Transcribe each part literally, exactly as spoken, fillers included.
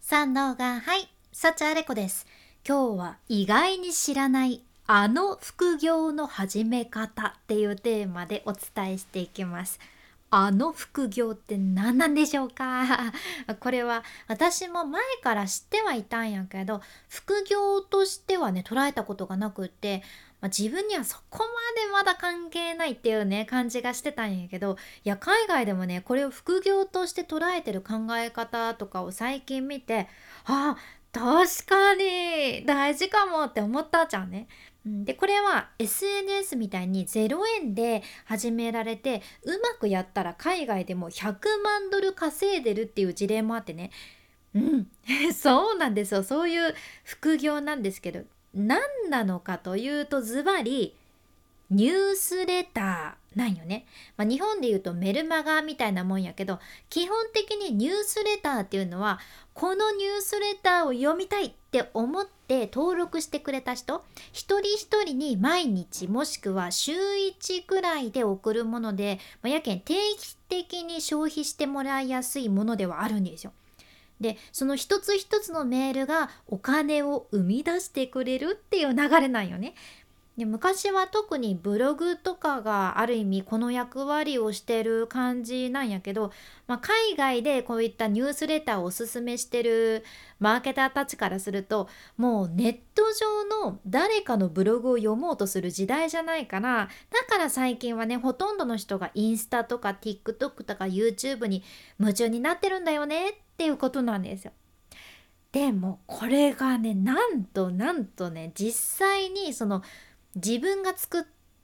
三能がはい、幸あれ子です。今日は意外に知らないあの副業の始め方っていうテーマでお伝えしていきます。あの副業って何なんでしょうかこれは私も前から知ってはいたんやけど、副業としてはね捉えたことがなくって、まあ、自分にはそこまでまだ関係ないっていうね感じがしてたんやけど、いや海外でもねこれを副業として捉えてる考え方とかを最近見て、あ確かに大事かもって思ったじゃんね。うんでこれは エスエヌエス みたいにゼロえんで始められて、うまくやったら海外でもひゃくまんドル稼いでるっていう事例もあってね。うんそうなんですよ。そういう副業なんですけど、何なのかというとズバリニュースレターなんよね。まあ、日本で言うとメルマガみたいなもんやけど、基本的にニュースレターっていうのは、このニュースレターを読みたいって思って登録してくれた人一人一人に毎日もしくは週いちくらいで送るもので、まあ、やけん定期的に消費してもらいやすいものではあるんですよ。でその一つ一つのメールがお金を生み出してくれるっていう流れなんよね。で昔は特にブログとかがある意味この役割をしてる感じなんやけど、まあ、海外でこういったニュースレターをおすすめしてるマーケターたちからすると、もうネット上の誰かのブログを読もうとする時代じゃないから、だから最近はねほとんどの人がインスタとか TikTok とか YouTube に夢中になってるんだよねっていうことなんですよ。でもこれがねなんとなんとね実際にその自分が作った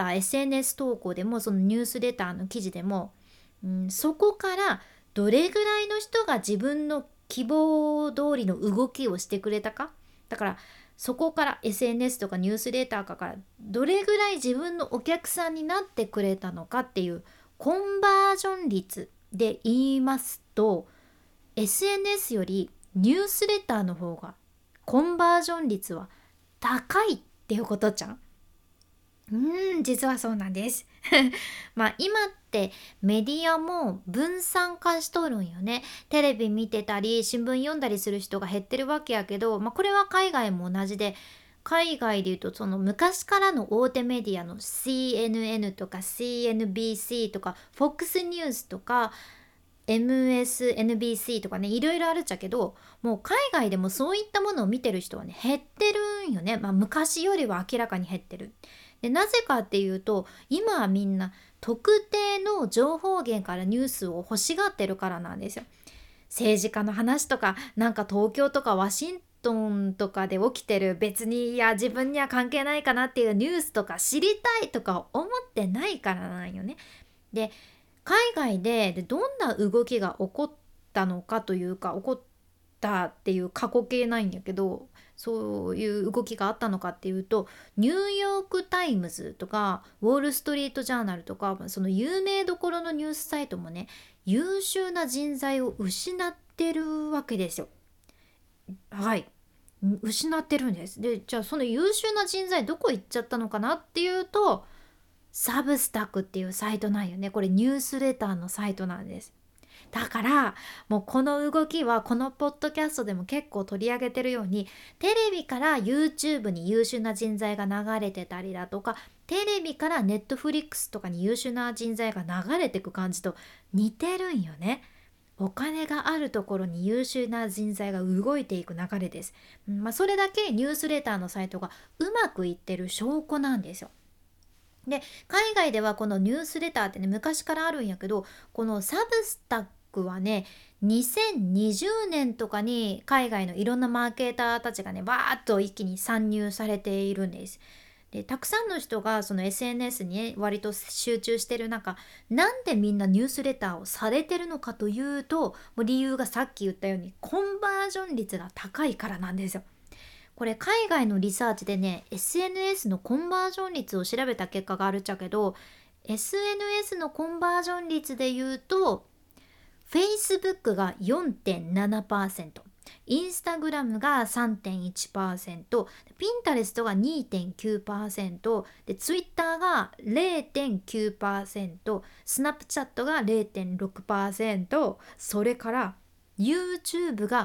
エスエヌエス 投稿でもそのニュースレターの記事でも、うん、そこからどれぐらいの人が自分の希望通りの動きをしてくれたか、だからそこから エスエヌエス とかニュースレターかからどれぐらい自分のお客さんになってくれたのかっていうコンバージョン率で言いますと、 エスエヌエス よりニュースレターの方がコンバージョン率は高いっていうことじゃん。うーん実はそうなんですまあ今ってメディアも分散化しとるんよね。テレビ見てたり新聞読んだりする人が減ってるわけやけど、まあ、これは海外も同じで、海外でいうとその昔からの大手メディアの シーエヌエヌ とか シーエヌビーシー とか フォックス ニュースとか エムエスエヌビーシー とかね、いろいろあるっちゃけど、もう海外でもそういったものを見てる人はね減ってるんよね。まあ昔よりは明らかに減ってる。でなぜかっていうと、今はみんな特定の情報源からニュースを欲しがってるからなんですよ。政治家の話とか、なんか東京とかワシントンとかで起きてる別にいや自分には関係ないかなっていうニュースとか知りたいとか思ってないからなんよね。で海外ででどんな動きが起こったのかというか、起こったっていう過去形なんやけど、そういう動きがあったのかっていうと、ニューヨーク・タイムズとかウォール・ストリート・ジャーナルとか、その有名どころのニュースサイトもね優秀な人材を失ってるわけですよ。はい、失ってるんです。でじゃあその優秀な人材どこ行っちゃったのかなっていうと、サブスタックっていうサイトなんよね。これニュースレターのサイトなんです。だからもうこの動きはこのポッドキャストでも結構取り上げてるように、テレビから YouTube に優秀な人材が流れてたりだとか、テレビから Netflix とかに優秀な人材が流れてく感じと似てるんよね。お金があるところに優秀な人材が動いていく流れです。うんまあ、それだけニュースレターのサイトがうまくいってる証拠なんですよ。で海外ではこのニュースレターってね昔からあるんやけど、このサブスタックはねにせんにじゅうねんとかに海外のいろんなマーケーターたちがねバーッと一気に参入されているんです。でたくさんの人がその エスエヌエス に、ね、割と集中してる中、なんでみんなニュースレターをされてるのかというと、もう理由がさっき言ったようにコンバージョン率が高いからなんですよ。これ海外のリサーチでね エスエヌエス のコンバージョン率を調べた結果があるっちゃけど、 エスエヌエス のコンバージョン率で言うと Facebook が よんてんななパーセント、 Instagram が さんてんいちパーセント、 Pinterest が にてんきゅうパーセント で Twitter が れいてんきゅうパーセント、 Snapchat が れいてんろくパーセント、 それから YouTube が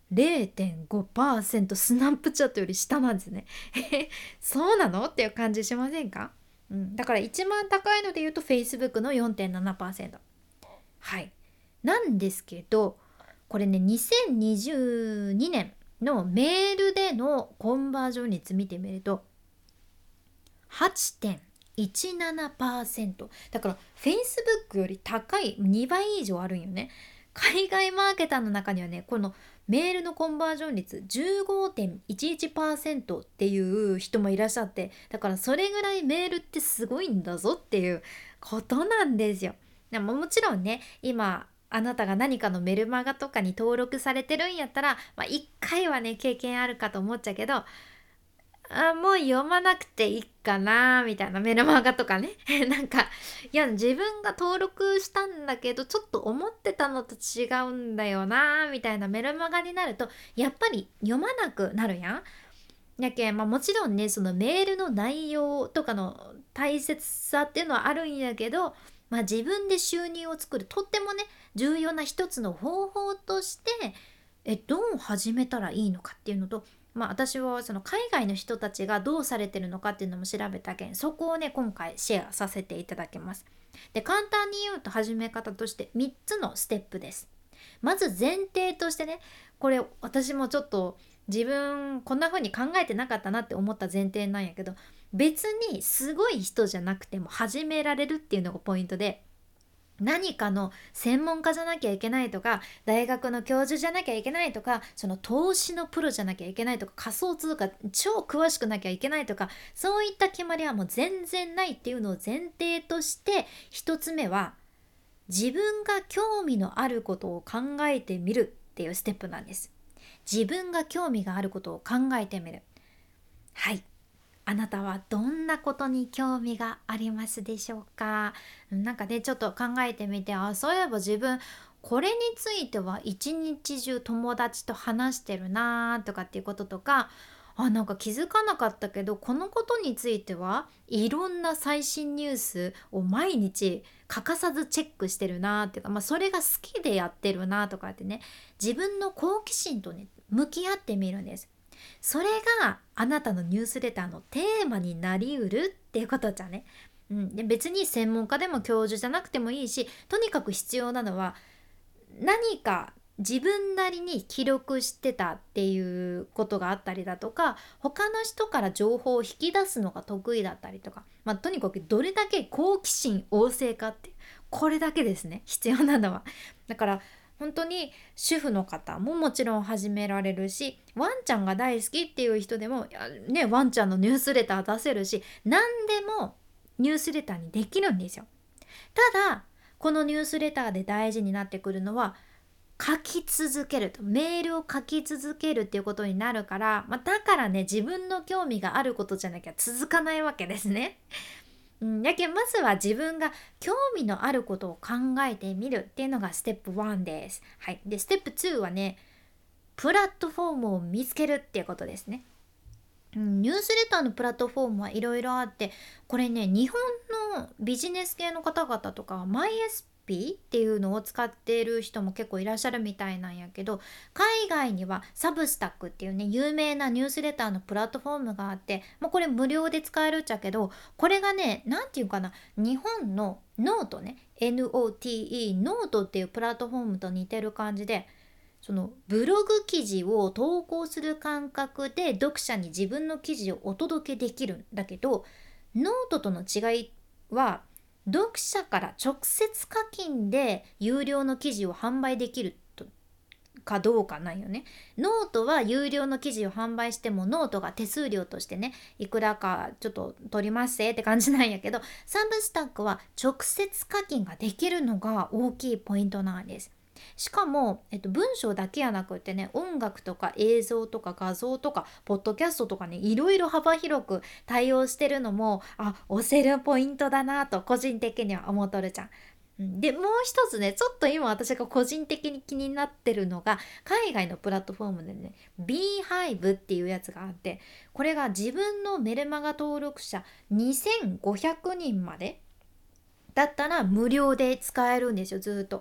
れいてんごパーセント スナップチャットより下なんですね。えそうなのっていう感じしませんか？うん、だから一番高いので言うと Facebook の よんてんななパーセント。はいなんですけど、これねにせんにじゅうにねんのメールでのコンバージョン率見てみると はちてんいちななパーセント だから Facebook より高いにばい以上あるんよね。海外マーケターの中にはねこのメールのコンバージョン率 じゅうごてんいちいちパーセント っていう人もいらっしゃって、だからそれぐらいメールってすごいんだぞっていうことなんですよ。でももちろんね今あなたが何かのメルマガとかに登録されてるんやったら、まあ、いっかいはね経験あるかと思っちゃうけど、あもう読まなくていいかなみたいなメルマガとかねなんかいや自分が登録したんだけどちょっと思ってたのと違うんだよなみたいなメルマガになるとやっぱり読まなくなるやん。やけん、まあ、もちろんねそのメールの内容とかの大切さっていうのはあるんやけど、まあ、自分で収入を作るとってもね重要な一つの方法としてえどう始めたらいいのかっていうのと、まあ、私はその海外の人たちがどうされてるのかっていうのも調べたけんそこをね今回シェアさせていただきます。で簡単に言うと始め方としてみっつのステップです。まず前提としてねこれ私もちょっと自分こんな風に考えてなかったなって思った前提なんやけど、別にすごい人じゃなくても始められるっていうのがポイントで、何かの専門家じゃなきゃいけないとか大学の教授じゃなきゃいけないとかその投資のプロじゃなきゃいけないとか仮想通貨超詳しくなきゃいけないとかそういった決まりはもう全然ないっていうのを前提として、一つ目は自分が興味のあることを考えてみるっていうステップなんです。自分が興味があることを考えてみる。はい、あなたはどんなことに興味がありますでしょうか？なんかねちょっと考えてみて、あそういえば自分これについては一日中友達と話してるなとかっていうこととか、あなんか気づかなかったけどこのことについてはいろんな最新ニュースを毎日欠かさずチェックしてるなっていうか、まあ、それが好きでやってるなとかってね、自分の好奇心とね向き合ってみるんです。それがあなたのニュースレターのテーマになりうるっていうことじゃね。うん、で別に専門家でも教授じゃなくてもいいし、とにかく必要なのは何か自分なりに記録してたっていうことがあったりだとか、他の人から情報を引き出すのが得意だったりとか、まあ、とにかくどれだけ好奇心旺盛かってこれだけですね必要なのは。だから本当に主婦の方ももちろん始められるし、ワンちゃんが大好きっていう人でもねワンちゃんのニュースレター出せるし、何でもニュースレターにできるんですよ。ただこのニュースレターで大事になってくるのは書き続けると、メールを書き続けるっていうことになるから、まあ、だからね自分の興味があることじゃなきゃ続かないわけですね。うん、やけんまずは自分が興味のあることを考えてみるっていうのがステップワンです。はい、でステップツーはねプラットフォームを見つけるっていうことですね。うん、ニュースレターのプラットフォームはいろいろあって、これね日本のビジネス系の方々とかは マイエスピー っていうのを使っている人も結構いらっしゃるみたいなんやけど、海外にはサブスタックっていうね有名なニュースレターのプラットフォームがあって、もうこれ無料で使えるっちゃけど、これがねなんていうかな、日本のノートね ノート ノートっていうプラットフォームと似てる感じで、そのブログ記事を投稿する感覚で読者に自分の記事をお届けできるんだけど、ノートとの違いは読者から直接課金で有料の記事を販売できるとかどうかなんよね。ノートは有料の記事を販売してもノートが手数料としてねいくらかちょっと取りますせって感じなんやけど、サブスタックは直接課金ができるのが大きいポイントなんです。しかも、えっと、文章だけやなくってね、音楽とか映像とか画像とかポッドキャストとかねいろいろ幅広く対応してるのもあ押せるポイントだなと個人的には思っとるじゃん。うんでもう一つねちょっと今私が個人的に気になってるのが、海外のプラットフォームでね ビーハイブ っていうやつがあって、これが自分のメルマガ登録者にせんごひゃくにんまでだったら無料で使えるんですよずっと。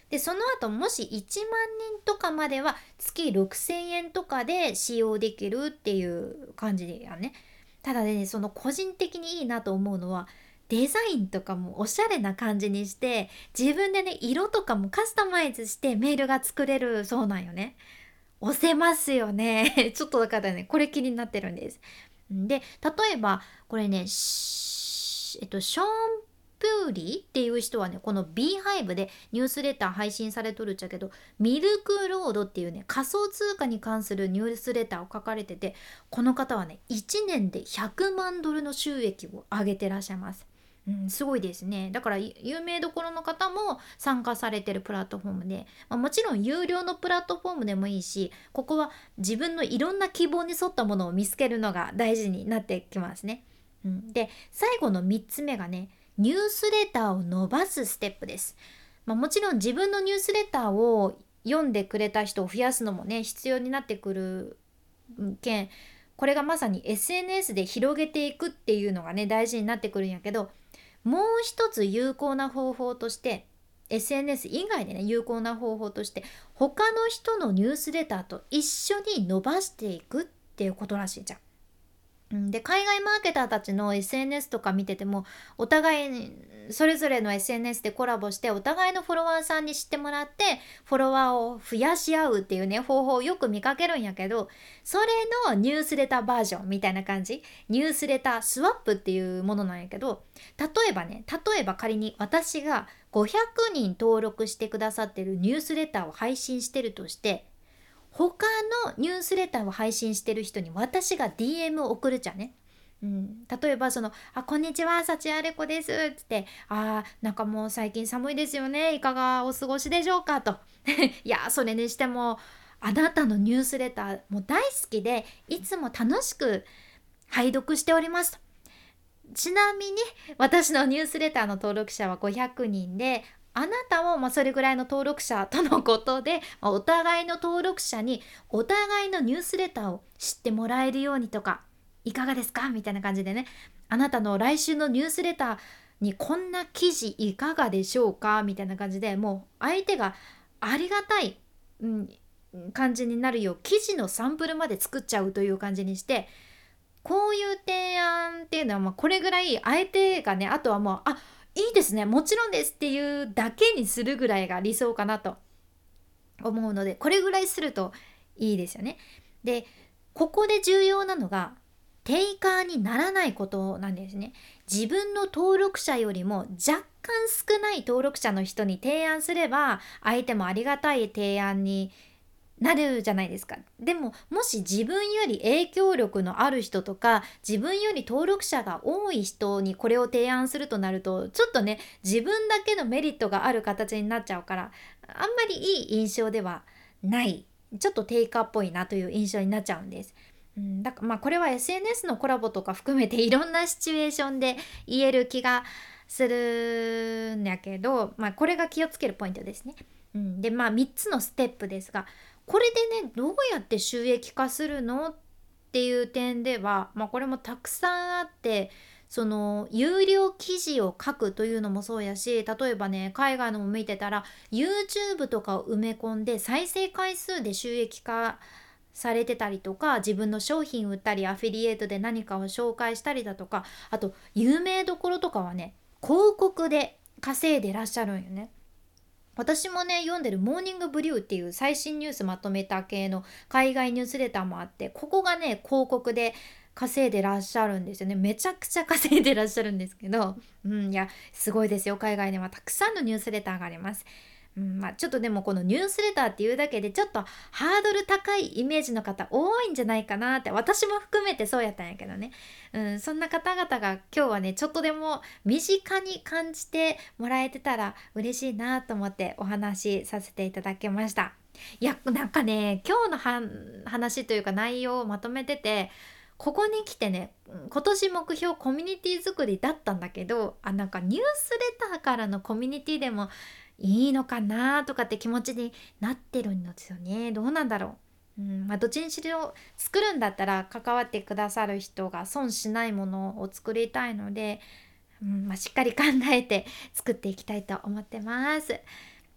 でその後もしいちまんにんとかまでは月ろくせんえんとかで使用できるっていう感じやね。ただね、その個人的にいいなと思うのはデザインとかもおしゃれな感じにして自分でね色とかもカスタマイズしてメールが作れるそうなんよね。押せますよねちょっとだからねこれ気になってるんです。で例えばこれねしえっとショーン・プーリーっていう人はねこの ビーハイブ でニュースレター配信されとるっちゃけどミルクロードっていうね仮想通貨に関するニュースレターを書かれてて、この方はねいちねんでひゃくまんドルの収益を上げてらっしゃいます。うん、すごいですね。だから有名どころの方も参加されてるプラットフォームで、まあ、もちろん有料のプラットフォームでもいいし、ここは自分のいろんな希望に沿ったものを見つけるのが大事になってきますね。うん、で最後のみっつめがねニュースレターを伸ばすステップです。まあ、もちろん自分のニュースレターを読んでくれた人を増やすのもね必要になってくる件、これがまさに エスエヌエス で広げていくっていうのがね大事になってくるんやけど、もう一つ有効な方法として エスエヌエス 以外でね有効な方法として他の人のニュースレターと一緒に伸ばしていくっていうことらしいじゃん。うんで海外マーケターたちの エスエヌエス とか見ててもお互いにそれぞれの エスエヌエス でコラボしてお互いのフォロワーさんに知ってもらってフォロワーを増やし合うっていうね方法をよく見かけるんやけど、それのニュースレターバージョンみたいな感じ、ニュースレタースワップっていうものなんやけど、例えばね例えば仮に私がごひゃくにん登録してくださってるニュースレターを配信してるとして、他のニュースレターを配信してる人に私が ディーエム を送るじゃんね。うん、例えばその「あこんにちは幸あれ子です」っつって「あーなんかもう最近寒いですよね、いかがお過ごしでしょうか」といやそれにしてもあなたのニュースレターも大好きでいつも楽しく拝読しておりますと。ちなみに私のニュースレターの登録者はごひゃくにんで、あなたもまあそれぐらいの登録者とのことで、まあお互いの登録者にお互いのニュースレターを知ってもらえるようにとかいかがですかみたいな感じでね、あなたの来週のニュースレターにこんな記事いかがでしょうかみたいな感じで、もう相手がありがたい、うん、感じになるよう記事のサンプルまで作っちゃうという感じにして、こういう提案っていうのはまあこれぐらい相手がね、あとはもうあいいですねもちろんですっていうだけにするぐらいが理想かなと思うので、これぐらいするといいですよね。でここで重要なのがテイカーにならないことなんですね。自分の登録者よりも若干少ない登録者の人に提案すれば相手もありがたい提案になるじゃないですか。でももし自分より影響力のある人とか自分より登録者が多い人にこれを提案するとなるとちょっとね自分だけのメリットがある形になっちゃうからあんまりいい印象ではない、ちょっと低下っぽいなという印象になっちゃうんです。うん、だからまあこれは エスエヌエス のコラボとか含めていろんなシチュエーションで言える気がするんやけど、まあこれが気をつけるポイントですね。うん、でまあみっつのステップですが、これでねどうやって収益化するのっていう点では、まあ、これもたくさんあって、その有料記事を書くというのもそうやし、例えばね海外のも見てたら YouTube とかを埋め込んで再生回数で収益化されてたりとか、自分の商品売ったりアフィリエイトで何かを紹介したりだとか、あと有名どころとかはね広告で稼いでらっしゃるんよね。私もね読んでるモーニングブリューっていう最新ニュースまとめた系の海外ニュースレターもあって、ここがね広告で稼いでらっしゃるんですよね。めちゃくちゃ稼いでらっしゃるんですけど、うん、いやすごいですよ。海外にはたくさんのニュースレターがあります。うんまあ、ちょっとでもこのニュースレターっていうだけでちょっとハードル高いイメージの方多いんじゃないかなって、私も含めてそうやったんやけどね、うん、そんな方々が今日はねちょっとでも身近に感じてもらえてたら嬉しいなと思ってお話しさせていただきました。いやなんかね今日のは話というか内容をまとめてて、ここに来てね今年目標コミュニティ作りだったんだけど、あなんかニュースレターからのコミュニティでもいいのかなとかって気持ちになってるんですよね。どうなんだろう。うんまあ、どっちにしろ作るんだったら関わってくださる人が損しないものを作りたいので、うんまあ、しっかり考えて作っていきたいと思ってます。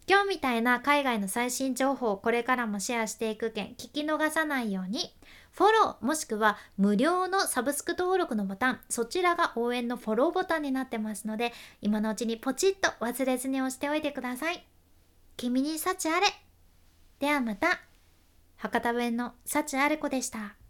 今日みたいな海外の最新情報をこれからもシェアしていくけん、聞き逃さないようにフォローもしくは無料のサブスク登録のボタン、そちらが応援のフォローボタンになってますので、今のうちにポチッと忘れずに押しておいてください。君に幸あれ。ではまた。博多弁の幸あれ子でした。